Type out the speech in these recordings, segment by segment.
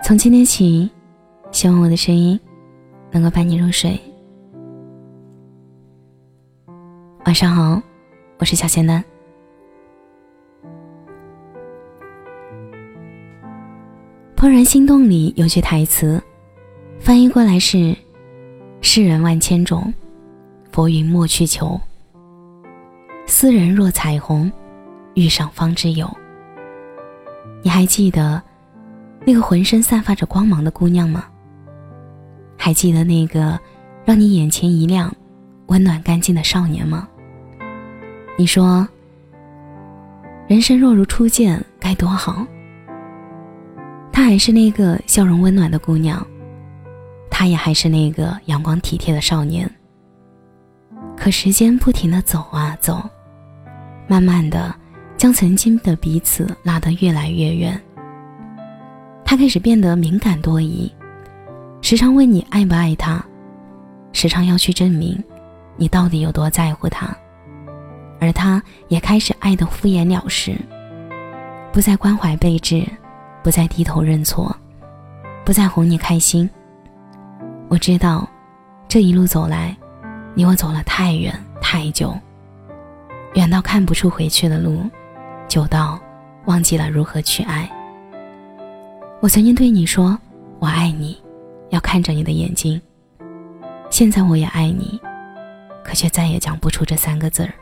从今天起，希望我的声音能够伴你入睡。晚上好，我是小仙丹。怦然心动里有句台词，翻译过来是：世人万千种，佛云莫去求。斯人若彩虹，遇上方知有。你还记得那个浑身散发着光芒的姑娘吗？还记得那个让你眼前一亮、温暖干净的少年吗？你说，人生若如初见，该多好。她还是那个笑容温暖的姑娘，他也还是那个阳光体贴的少年。可时间不停地走啊走，慢慢的将曾经的彼此拉得越来越远。他开始变得敏感多疑，时常问你爱不爱他，时常要去证明你到底有多在乎他。而他也开始爱得敷衍了事，不再关怀备至，不再低头认错，不再哄你开心。我知道这一路走来，你我走了太远太久，远到看不出回去的路，久到忘记了如何去爱。我曾经对你说我爱你，要看着你的眼睛。现在我也爱你，可却再也讲不出这3个字儿，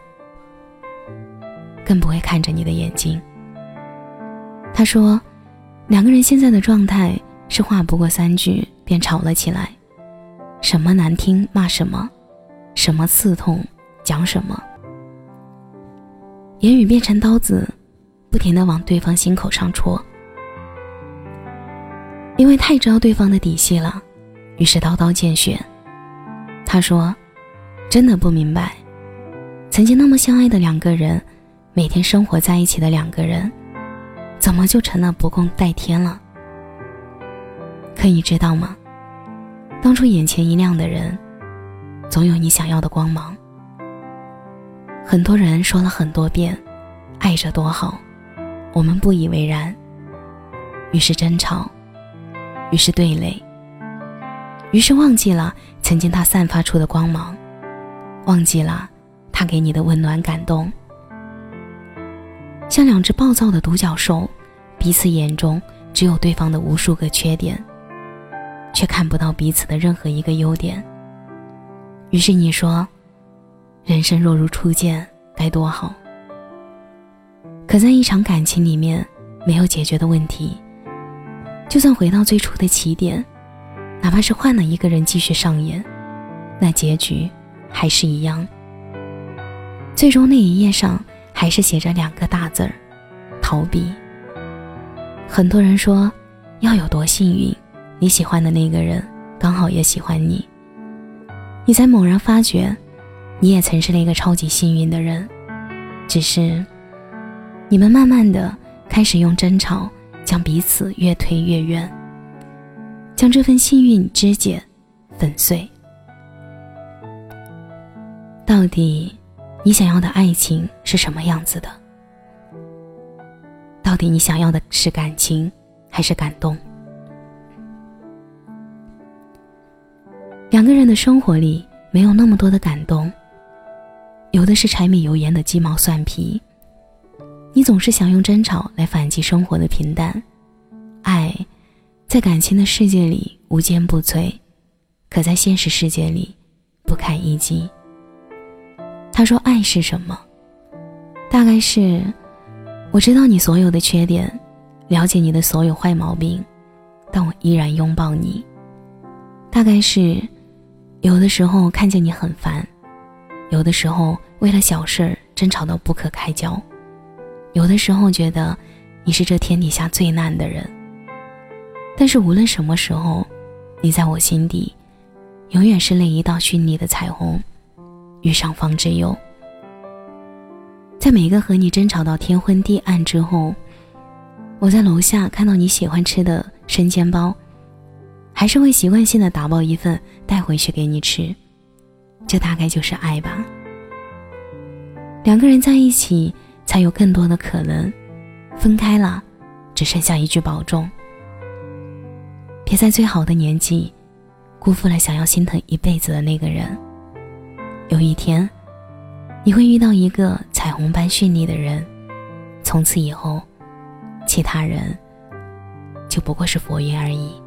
更不会看着你的眼睛。他说2个人现在的状态是话不过3句便吵了起来，什么难听骂什么，什么刺痛讲什么，言语变成刀子，不停地往对方心口上戳。因为太知道对方的底细了，于是刀刀见血。他说真的不明白，曾经那么相爱的2个人，每天生活在一起的2个人，怎么就成了不共戴天了？可你知道吗？当初眼前一亮的人，总有你想要的光芒。很多人说了很多遍爱着多好，我们不以为然，于是争吵，于是对垒，于是忘记了曾经他散发出的光芒，忘记了他给你的温暖感动。像2只暴躁的独角兽，彼此眼中只有对方的无数个缺点，却看不到彼此的任何一个优点。于是你说，人生若如初见，该多好。可在一场感情里面，没有解决的问题，就算回到最初的起点，哪怕是换了一个人继续上演，那结局还是一样。最终那一页上还是写着2个大字儿：逃避。很多人说要有多幸运，你喜欢的那个人刚好也喜欢你，你才猛然发觉你也曾是那个超级幸运的人。只是你们慢慢的开始用争吵将彼此越推越远，将这份幸运肢解粉碎。到底你想要的爱情是什么样子的？到底你想要的是感情还是感动？2个人的生活里没有那么多的感动，有的是柴米油盐的鸡毛蒜皮。你总是想用争吵来反击生活的平淡。爱在感情的世界里无坚不摧，可在现实世界里不堪一击。他说爱是什么？大概是我知道你所有的缺点，了解你的所有坏毛病，但我依然拥抱你。大概是有的时候看见你很烦，有的时候为了小事争吵到不可开交，有的时候觉得你是这天底下最烂的人。但是无论什么时候，你在我心底永远是那一道绚丽的彩虹，遇上方知有。在每个和你争吵到天昏地暗之后，我在楼下看到你喜欢吃的生煎包，还是会习惯性的打包一份带回去给你吃。这大概就是爱吧。2个人在一起才有更多的可能，分开了只剩下一句保重。 别在最好的年纪辜负了想要心疼一辈子的那个人。有一天你会遇到一个彩虹般绚丽的人，从此以后其他人就不过是浮云而已。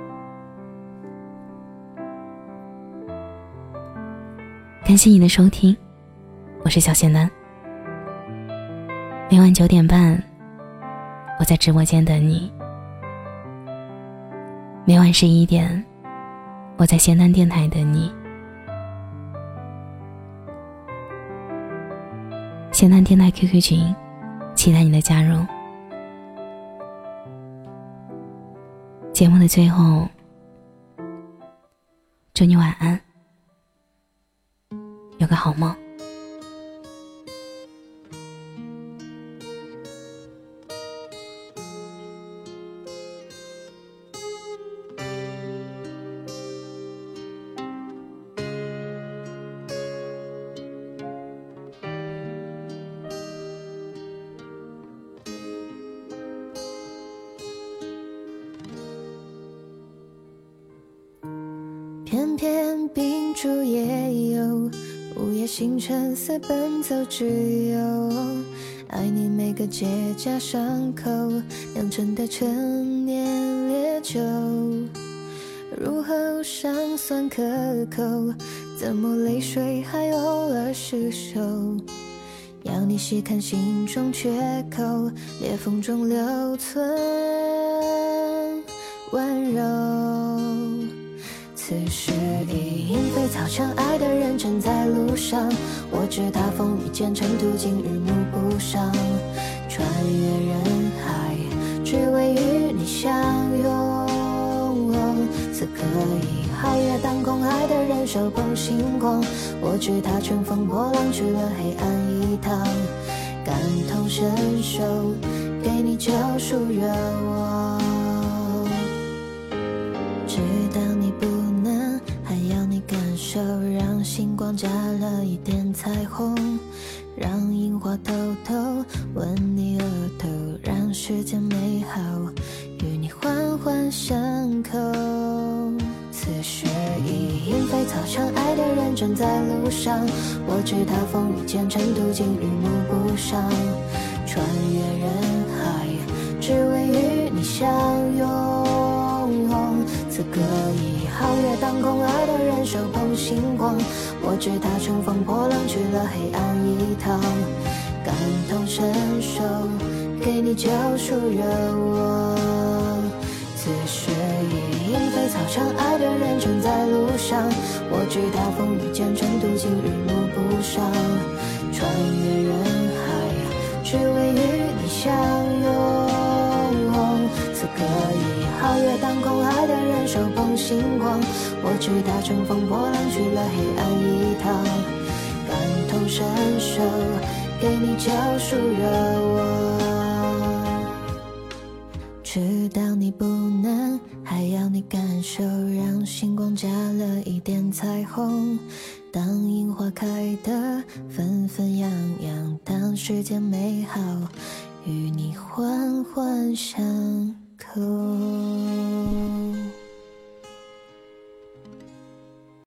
感谢你的收听，我是小仙丹。每晚9点半我在直播间等你，每晚11点我在仙丹电台等你。仙丹电台 QQ 群，期待你的加入。节目的最后，祝你晚安，有个好梦。 偏偏秉烛夜游，午夜星辰似奔走之友，爱你每个结痂伤口，酿成的陈年烈酒，入喉尚酸可口，怎么泪水还偶尔失手，要你细看心中缺口，裂缝中留存温柔。此时已莺飞草长，爱的人正在路上，我知他风雨兼程途经日暮不赏，穿越人海只为与你相拥。此刻已皓月当空，爱的人手捧星光，我知他乘风破浪去了黑暗一趟，感同身受给你救赎愿望，直到你不能还要你感受，让星光加了一点彩虹，让樱花偷偷吻你额头，让世间美好与你环环相扣。此时已莺飞草长，爱的人正在路上，我知他风雨兼程途经日暮不赏，穿越人海只为与你相拥。此刻已皓月当空，爱的人手捧星光，我知他乘风破浪去了黑暗一趟，感同身受给你救赎愿望。此时已莺飞草长，爱的人正在路上，我知他风雨兼程途经日暮不赏，穿越人海只为与你相拥。此刻已皓月当空，爱的人手捧星光，我知他乘风破浪去了黑暗一趟，感同身受给你救赎愿望，直到你不能还要你感受，让星光加了一点彩虹，当樱花开得纷纷扬扬，当世间美好与你环环相扣。